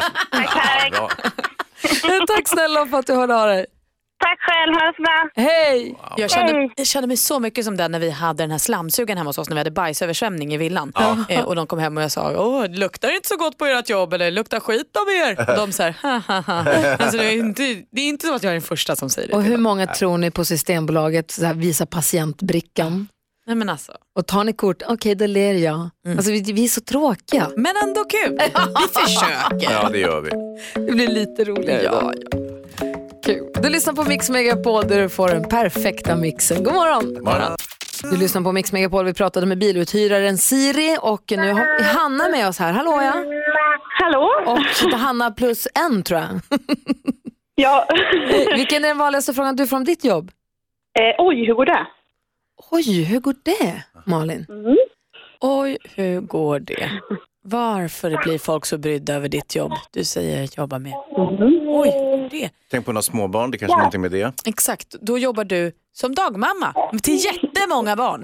Tack snälla för att du hörde av dig. Tack själv, ha det så bra. Hej! Jag kände mig så mycket som den när vi hade den här slamsugen hemma hos oss när vi hade bajsöversvämning i villan. Och de kom hem och jag sa, det luktar inte så gott på ert jobb eller luktar skit av er. Och de så här, alltså det är inte så att jag är den första som säger det. Och hur många tror ni på Systembolaget så här, visa patientbrickan? Nej men alltså. Och tar ni kort, okej, då ler jag. Alltså vi är så tråkiga. Men ändå kul. Vi försöker. Ja, det gör vi. Det blir lite roligare idag. Kul. Du lyssnar på Mix Megapol där du får den perfekta mixen. God morgon. Du lyssnar på Mix Megapol. Vi pratade med biluthyraren Siri och nu har Hanna med oss här. Hallå ja. Hallå. Och Hanna plus en tror jag. Ja. Vilken är den vanligaste frågan du får om ditt jobb? Oj, hur går det? Oj, hur går det, Malin? Oj, hur går det? Varför blir folk så brydda över ditt jobb? Du säger jobba med. Oj, det. Tänk på några småbarn, det kanske är någonting med det. Exakt, då jobbar du som dagmamma till jättemånga barn.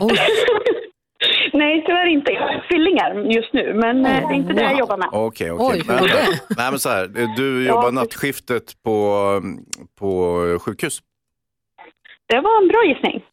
Nej, tyvärr inte. Jag har tvillingar just nu, men det är inte det jag jobbar med. Okej. Oj, hur går det? Nej, men så här, du jobbar nattskiftet på sjukhus. Det var en bra gissning.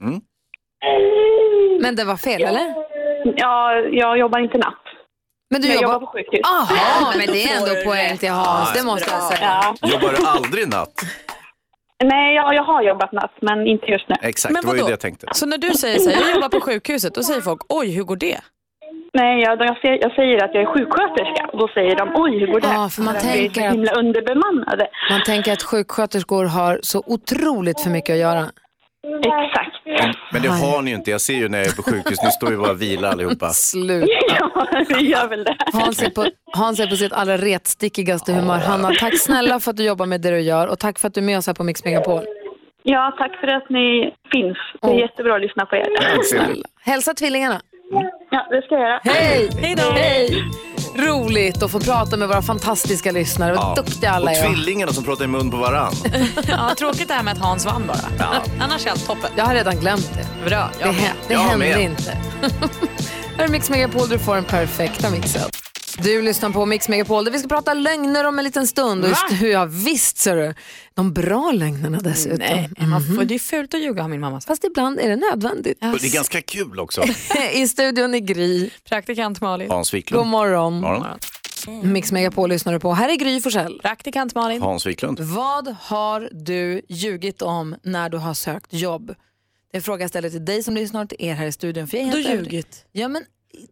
Men det var fel, eller? Ja, jag jobbar inte natt. Men du jobbar på sjukhus. Jaha, men det är ändå poäng till Hans, det måste jag säga. Ja. Jobbar du aldrig natt? Nej, jag har jobbat natt, men inte just nu. Exakt, men det var ju det jag tänkte. Så när du säger så här, jag jobbar på sjukhuset, då säger folk, oj, hur går det? Nej, jag säger att jag är sjuksköterska och då säger de, oj, hur går det? Ja, för man tänker är himla underbemannade. Man tänker att sjuksköterskor har så otroligt för mycket att göra. Exakt. Men det har ni ju inte. Jag ser ju när jag är på sjukhus. Ni står ju bara och vila allihopa. Sluta. Ja, det gör väl det. Hans är på sitt allra retstickigaste humör. Hanna, tack snälla för att du jobbar med det du gör. Och tack för att du är med oss här på Mix Megapol. Ja, tack för att ni finns. Det är jättebra att lyssna på er. Hälsa tvillingarna. Ja, det ska jag göra. Hej! Hej då! Hej! Roligt att få prata med våra fantastiska lyssnare. Vad duktiga alla är. Och tvillingarna som pratar i mun på varann. Ja, tråkigt det här med att Hans vann bara. Ja. Annars är allt toppen. Jag har redan glömt det. Bra. Det hände inte. Här är Mix Megapol, du får den perfekta mixen. Du lyssnar på Mix Megapol där vi ska prata lögner om en liten stund. Och just hur jag visst så du. De bra lögnerna dessutom. Nej, det är fult att ljuga, har min mamma sagt. Fast ibland är det nödvändigt. Och det är ganska kul också. I studion är Gry. Praktikant Malin. Hans Wiklund. God morgon. Morgon. Mix Megapol lyssnar du på. Här är Gry Forssell. Praktikant Malin. Hans Wiklund. Vad har du ljugit om när du har sökt jobb? Det är en fråga jag ställer till dig som lyssnar, till er här i studion. För jag är helt ljugit? Ja, men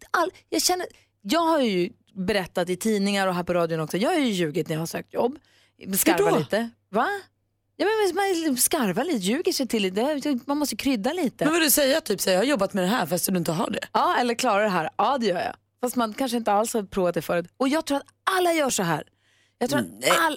jag har ju berättat i tidningar och här på radion också. Jag har ju ljugit när jag har sökt jobb. Skarvar lite. Va? Ja, men man skarvar lite, ljuger sig till lite. Man måste krydda lite. Men vad du säger, typ jag har jobbat med det här fast du inte har det. Ja, eller klarar det här. Ja, det gör jag. Fast man kanske inte alls har provat det förut. Och jag tror att alla gör så här. Jag tror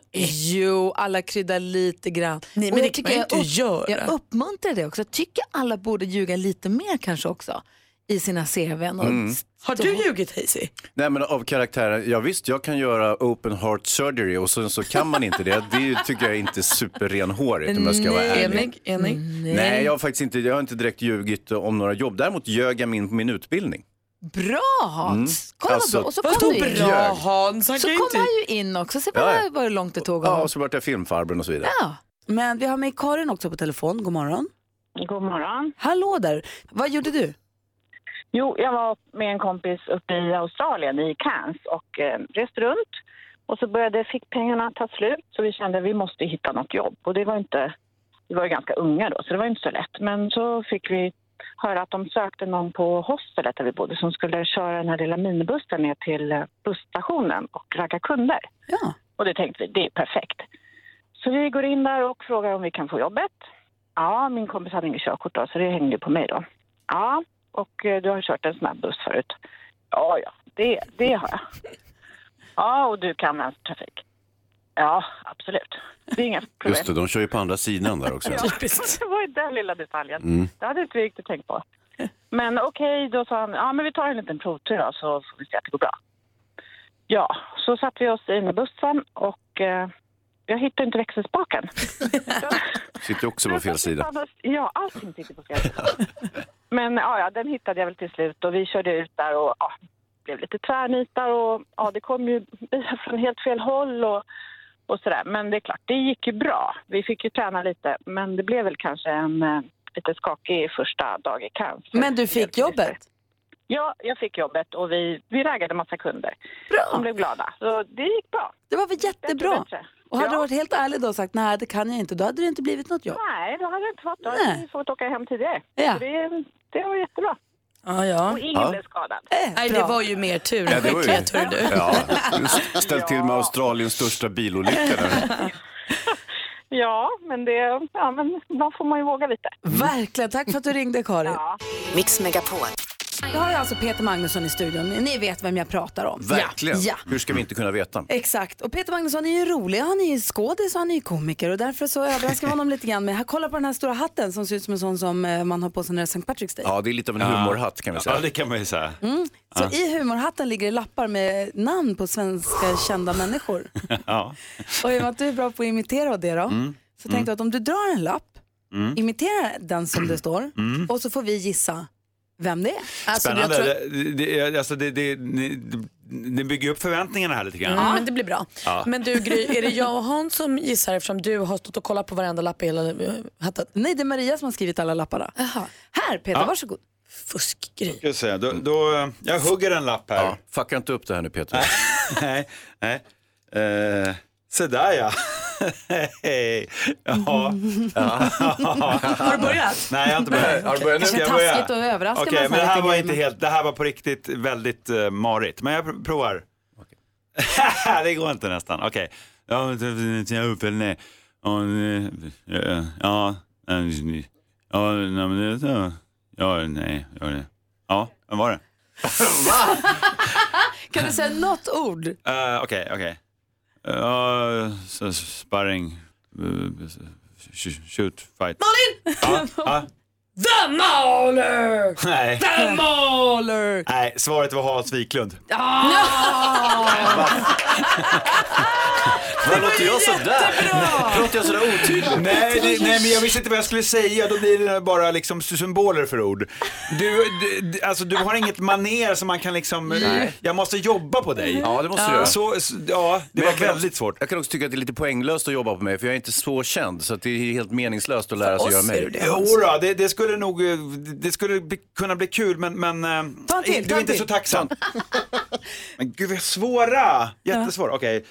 att alla kryddar lite grann. Nej, men det kan man inte göra. Jag uppmuntrar det också. Jag tycker alla borde ljuga lite mer kanske också i sina CV:n. Har du ljugit, Hazy? Nej, men av karaktären, ja visst, jag kan göra open heart surgery och så kan man inte det. Det tycker jag inte är superrenhårigt om jag ska vara ärlig. Enig? Nej, jag har inte direkt ljugit om några jobb. Däremot ljög jag min utbildning. Bra Hans! Kolla alltså, och så kom du in. Bra Hans! Så kom han ju in också. Se bara hur långt det tog. Ja, och så vart jag filmfarbrorn och så vidare. Ja. Men vi har med Karin också på telefon. God morgon. God morgon. Hallå där. Vad gjorde du? Jo, jag var med en kompis uppe i Australien, i Cairns, och reste runt. Och så fick pengarna ta slut, så vi kände att vi måste hitta något jobb. Och vi var ju ganska unga då, så det var inte så lätt. Men så fick vi höra att de sökte någon på hostelet där vi bodde som skulle köra den här lilla minibussen ner till busstationen och ragga kunder. Ja. Och det tänkte vi, det är perfekt. Så vi går in där och frågar om vi kan få jobbet. Ja, min kompis hade inget körkort då, så det hängde på mig då. Ja, och du har kört en sån här buss förut. Ja, det har jag. Ja, och du kan vänstertrafik. Ja, absolut. Det är inga problem. Just det, de kör ju på andra sidan där också. Ja, det var ju den lilla detaljen. Det hade inte vi riktigt tänkt på. Men okej, då sa han, ja men vi tar en liten provtur då, så får vi se att det går bra. Ja, så satt vi oss in i bussen och jag hittade inte växelspaken. Sitter också på fel sida. Ja, allting sitter på fel sida. Men ja, den hittade jag väl till slut och vi körde ut där och blev lite tvärnitar och det kom ju från helt fel håll och sådär. Men det är klart, det gick ju bra. Vi fick ju träna lite, men det blev väl kanske en lite skakig första dag i Cairns. Men du fick jobbet? Ja, jag fick jobbet och vi raggade massa kunder. Bra. De blev glada. Så det gick bra. Det var väl jättebra. Och hade du varit helt ärlig då och sagt nej, det kan jag inte, då hade det inte blivit något jobb. Nej, då hade det inte fått. Då hade vi fått åka hem tidigare. Ja. Så det var jättebra. Ja. Och ingen blev skadad. Nej, det var ju mer tur än det var skicklighet, hör du. Ja, ställt till med Australiens största bilolycka där. Ja, men då får man ju våga lite. Verkligen, tack för att du ringde Karin. Ja. Mix Megapol. Jag har alltså Peter Magnusson i studion. Ni vet vem jag pratar om. Verkligen. Ja. Hur ska vi inte kunna veta? Exakt. Och Peter Magnusson är ju rolig. Han är ju skådis och han är ju komiker. Och därför så överraskar man honom lite grann med. Kolla på den här stora hatten som ser ut som en sån som man har på sig när det är St. Patrick's Day. Ja, det är lite av en humorhatt kan vi säga. Ja, det kan man ju säga. Så i humorhatten ligger det lappar med namn på svenska kända människor. Ja. Och i och med att du är bra på att imitera det då. Så tänkte jag att om du drar en lapp, imitera den som det står. Och så får vi gissa vem det är. Alltså, spännande. Det bygger upp förväntningarna här lite grann. Ja, men det blir bra. Ja. Men du Gry, är det jag och Hans som gissar eftersom du har stått och kollat på varenda lapp i hela hatten? Nej, det är Maria som har skrivit alla lapparna. Aha. Här Peter, varsågod. Fuskgrej. Ska jag säga. Jag hugger en lapp här. Ja, fucka inte upp det här nu Peter. Nej. Så där ja. Hej. Ja. Har du börjat? Nej, jag har inte börjat. Har du börjat nu? Ska jag börja? Taskigt och överraska. Okej, men det här var inte helt, det här var på riktigt väldigt marigt. Men jag provar. Det går inte nästan. Okej. Ja, upp eller nej. Ja, vad var det? Kan du säga något ord? Okej. Sparring. shoot fight. Malin! Ja. The Mauler! Nej. The Mauler! Nej, svaret var Hans Wiklund. Vad låter jag sådär? Pratar jag sådär otydligt? Nej, men jag visste inte vad jag skulle säga. Då blir det bara liksom symboler för ord. Du har inget maner som man kan liksom... Jag måste jobba på dig. Ja, det måste du göra. Det var väldigt svårt. Jag kan också tycka att det är lite poänglöst att jobba på mig, för jag är inte så känd, så att det är helt meningslöst att lära sig att göra mig. Jodå, det skulle nog... Det skulle kunna bli kul, men du är inte så tacksam. Men gud, vad svåra! Jättesvåra, okej.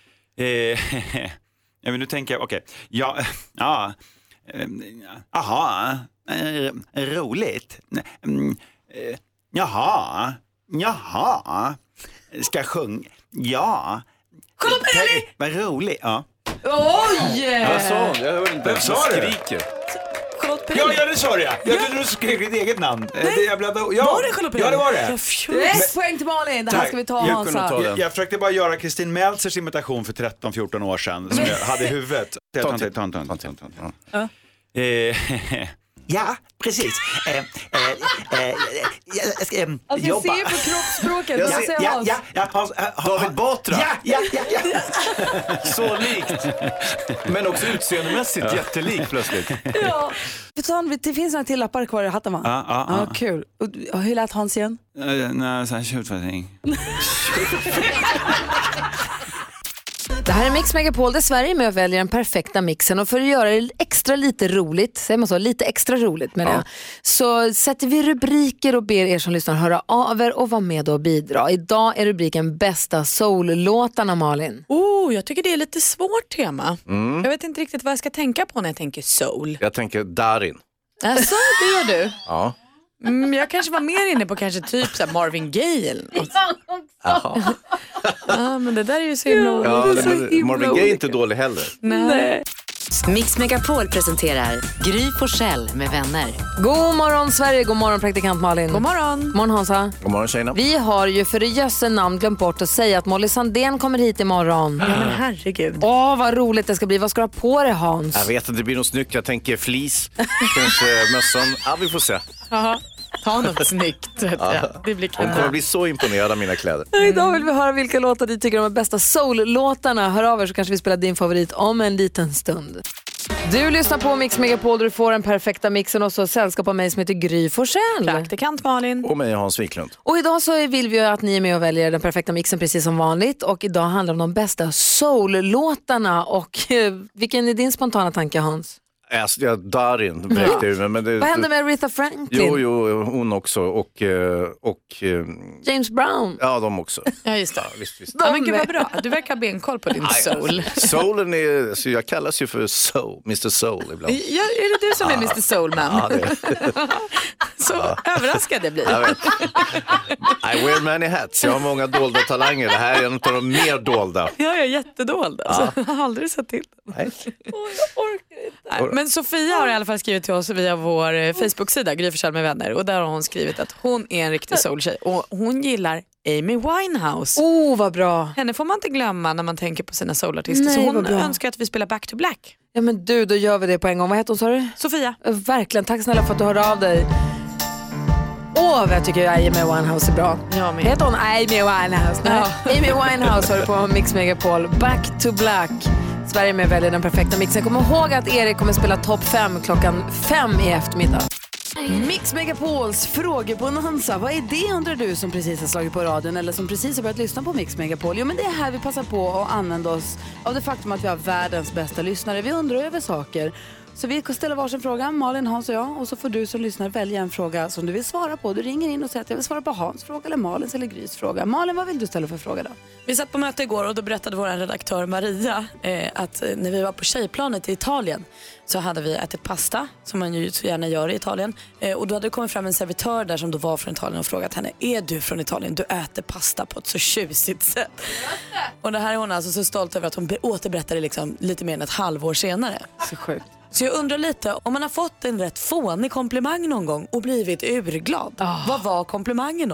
Men nu tänker jag, okej. Aha, roligt. Jaha, ska sjunga. Ja. Charlotte Perrelli! Vad roligt, ja. Oj! Jag hör inte. Vem sa du? Skriker. Ja, det sa jag. Jag trodde du skrev ditt eget namn. Var det Charlotte Perrelli? Ja, det var det. Rätt poäng till Malin. Det här ska vi ta, Hansa. Jag försökte bara göra Kristin Meltzers imitation för 13-14 år sedan som jag hade i huvudet. Ja, precis. Jag ser ju på kroppsspråket. David Batra. Ja. Så likt. Men också utseendemässigt jättelik plötsligt. Ja. Det finns några till lappar kvar i hatten, va? Ja, kul. Och hur lät Hans igen? Nej, så här tjutfärdning. Det här är Mix Megapol där Sverige med och väljer den perfekta mixen, och för att göra det extra lite roligt, säger man så, lite extra roligt med det, så sätter vi rubriker och ber er som lyssnar höra av er och vara med och bidra. Idag är rubriken bästa soul-låtarna, Malin. Jag tycker det är lite svårt tema. Jag vet inte riktigt vad jag ska tänka på när jag tänker soul. Jag tänker Darin. Alltså, det gör du? Ja. Jag kanske var mer inne på kanske typ så här Marvin Gaye eller något. Ja, men det där är ju så himla Marvin Gaye är inte dålig heller. Nej. Mix Megapol presenterar Gry Forssell med vänner. God morgon Sverige, god morgon praktikant Malin. God morgon. God morgon Hansa. God morgon tjejerna. Vi har ju för det jösse namn glömt bort att säga att Molly Sandén kommer hit imorgon. Ja men herregud. Vad roligt det ska bli. Vad ska du ha på dig, Hans? Jag vet inte, det blir något snyggt. Jag tänker flis, kanske mössan. Ja, vi får se. Jaha. Ta något snyggt. Det blir kul. Hon kommer bli så imponerad av mina kläder. Idag vill vi höra vilka låtar du tycker är de bästa soul-låtarna. Hör av er så kanske vi spelar din favorit om en liten stund. Du lyssnar på Mix Megapol där du får den perfekta mixen, och så sällskap av mig som heter Gry Forssell. Praktikant Malin. Och mig, Hans Wiklund. Och idag så vill vi att ni är med och väljer den perfekta mixen precis som vanligt. Och idag handlar det om de bästa soul-låtarna. Och vilken är din spontana tanke, Hans? Darin bräckte ur mig. Men vad hände med Aretha Franklin? Jo, hon också. Och James Brown. Ja, de också. Ja, just det. Ja, visst. Ja, men gud vad bra. Du verkar ha benkoll på din soul. Soulen är, så jag kallas ju för soul, Mr. Soul ibland. Ja, är det du som är Mr. Soulman? Ja, det är. Så överraskad jag blir. Jag vet. I wear many hats. Jag har många dolda talanger. Det här är en av de mer dolda. Jag är jättedold. Alltså. Jag har aldrig sett till. Nej. Jag orkar inte. Men Sofia har i alla fall skrivit till oss via vår Facebook-sida Gry Forssell med vänner, och där har hon skrivit att hon är en riktig soultjej och hon gillar Amy Winehouse. Vad bra. Henne får man inte glömma när man tänker på sina soulartister. Så hon önskar att vi spelar Back to Black. Ja men du, då gör vi det på en gång. Vad heter hon, sa du? Sofia. Verkligen, tack snälla för att du hörde av dig. Vad jag tycker Amy Winehouse är bra. Heter hon Amy Winehouse? Nej. Ja. Amy Winehouse har du på Mix Megapol. Back to Black. Sverige med väljer den perfekta mixen. Kom ihåg att Erik kommer spela topp 5 klockan 5 i eftermiddag. Mix Megapols frågebonanza. Vad är det, undrar du som precis har slagit på radion eller som precis har börjat lyssna på Mix Megapol? Jo, men det är här vi passar på att använda oss av det faktum att vi har världens bästa lyssnare. Vi undrar över saker. Så vi kan ställa varsin fråga, Malin, Hans och jag. Och så får du som lyssnar välja en fråga som du vill svara på. Du ringer in och säger att jag vill svara på Hans fråga eller Malins eller Grys fråga. Malin, vad vill du ställa för fråga då? Vi satt på möte igår och då berättade vår redaktör Maria att när vi var på tjejplanet i Italien så hade vi ätit pasta, som man ju så gärna gör i Italien. Och då hade det kommit fram en servitör där som då var från Italien och frågat henne: är du från Italien? Du äter pasta på ett så tjusigt sätt. Och det här är hon alltså så stolt över att hon återberättade liksom lite mer än ett halvår senare. Så sjukt. Så jag undrar lite, om man har fått en rätt fånig komplimang någon gång och blivit urglad, vad var komplimangen om?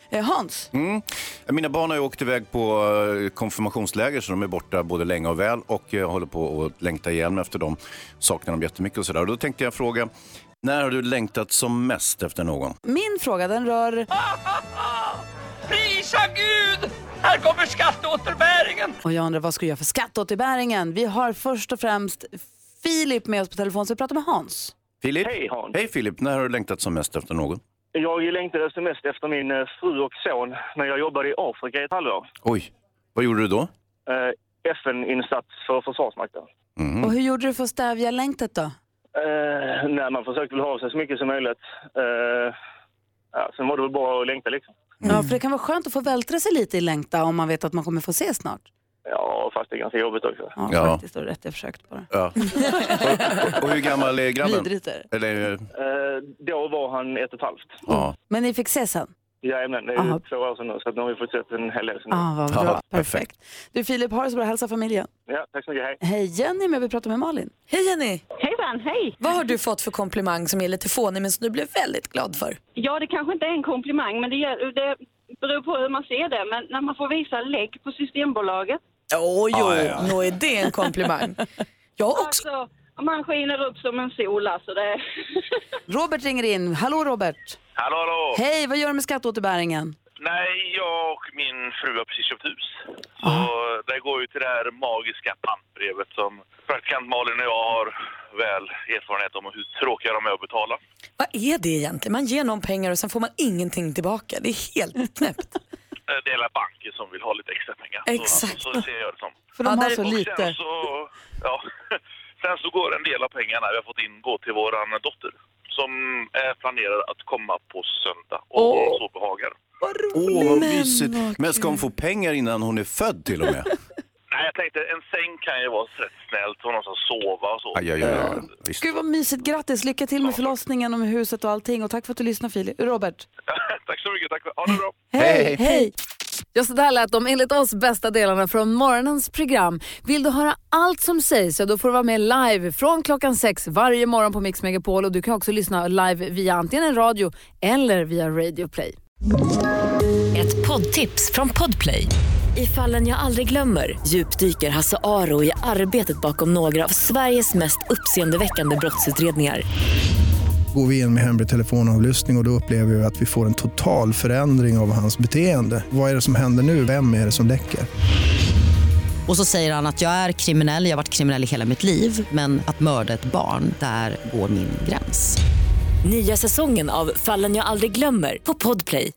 Hans? Mina barn har ju åkt iväg på konfirmationsläger så de är borta både länge och väl och jag håller på att längta igen efter dem. Saknar dem jättemycket och sådär. Och då tänkte jag fråga, när har du längtat som mest efter någon? Min fråga, den rör... Prisa Gud! Här kommer skatteåterbäringen! Och jag undrar, vad ska du göra för skatteåterbäringen? Vi har först och främst Filip med oss på telefon, så vi pratar med Hans. Filip? Hej Hans. Hej Filip, när har du längtat som mest efter någon? Jag längtade som mest efter min fru och son när jag jobbade i Afrika i ett halvår. Oj, vad gjorde du då? FN-insats för Försvarsmakten. Och hur gjorde du för att stävja längtet då? När man försökte väl ha sig så mycket som möjligt. Sen var det väl bara att längta liksom. Ja, för det kan vara skönt att få vältra sig lite i längta om man vet att man kommer få se snart. Ja, fast det är ganska jobbigt också. Ja, faktiskt. Det är rätt, jag försökt bara. Ja. och hur gammal är grabben? Vidrigt är det. Eller... Då var han 1,5. Ja. Men ni fick se sen? Ja, men det är 2 år sedan nu, så att nu har vi fått sett en hel del sen. Vad bra. Perfekt. Du Filip, har det så bra, hälsa familjen. Ja, tack så mycket, hej. Hej Jenny, men vi pratar med Malin. Hej Jenny! Hej Van, hej! Vad har du fått för komplimang som är lite fånig men som du blev väldigt glad för? Ja, det kanske inte är en komplimang, men det beror på hur man ser det. Men när man får visa lägg på Systembolaget. Nu är det en komplimang. Jag också. Alltså, man skiner upp som en sol, alltså det. Robert ringer in. Hallå Robert. Hallå. Hej, vad gör du med skatteåterbäringen? Nej, jag och min fru har precis köpt hus. Så det går ju till det här magiska pantbrevet som praktikant Malin och jag har väl erfarenhet om hur tråkiga de är att betala. Vad är det egentligen? Man ger någon pengar och sen får man ingenting tillbaka. Det är helt knäppt. Det är banker som vill ha lite extra pengar. Exakt. Så ser jag det som. För de har så och lite. Sen så går en del av pengarna vi har fått in gå till våran dotter. Som är planerad att komma på söndag och så behagar. Vad mysigt. Men ska hon få pengar innan hon är född till och med? Nej, jag tänkte en säng kan ju vara rätt snällt. Hon någonstans sova och så. Gud vad mysigt, grattis, lycka till med förlossningen och med huset och allting. Och tack för att du lyssnade Filip. Robert. Tack så mycket, tack för. Ha det bra. Hej. Ja, så där lät de enligt oss bästa delarna från morgonens program. Vill du höra allt som sägs så då får du vara med live från 6:00 varje morgon på Mix Megapol. Och du kan också lyssna live via antingen en radio eller via Radio Play. Ett poddtips från Podplay. I Fallen jag aldrig glömmer djupdyker Hasse Aro i arbetet bakom några av Sveriges mest uppseendeväckande brottsutredningar. Går vi in med hemlig telefonavlyssning och då upplever vi att vi får en total förändring av hans beteende. Vad är det som händer nu? Vem är det som läcker? Och så säger han att jag är kriminell, jag har varit kriminell i hela mitt liv. Men att mörda ett barn, där går min gräns. Nya säsongen av Fallen jag aldrig glömmer på Podplay.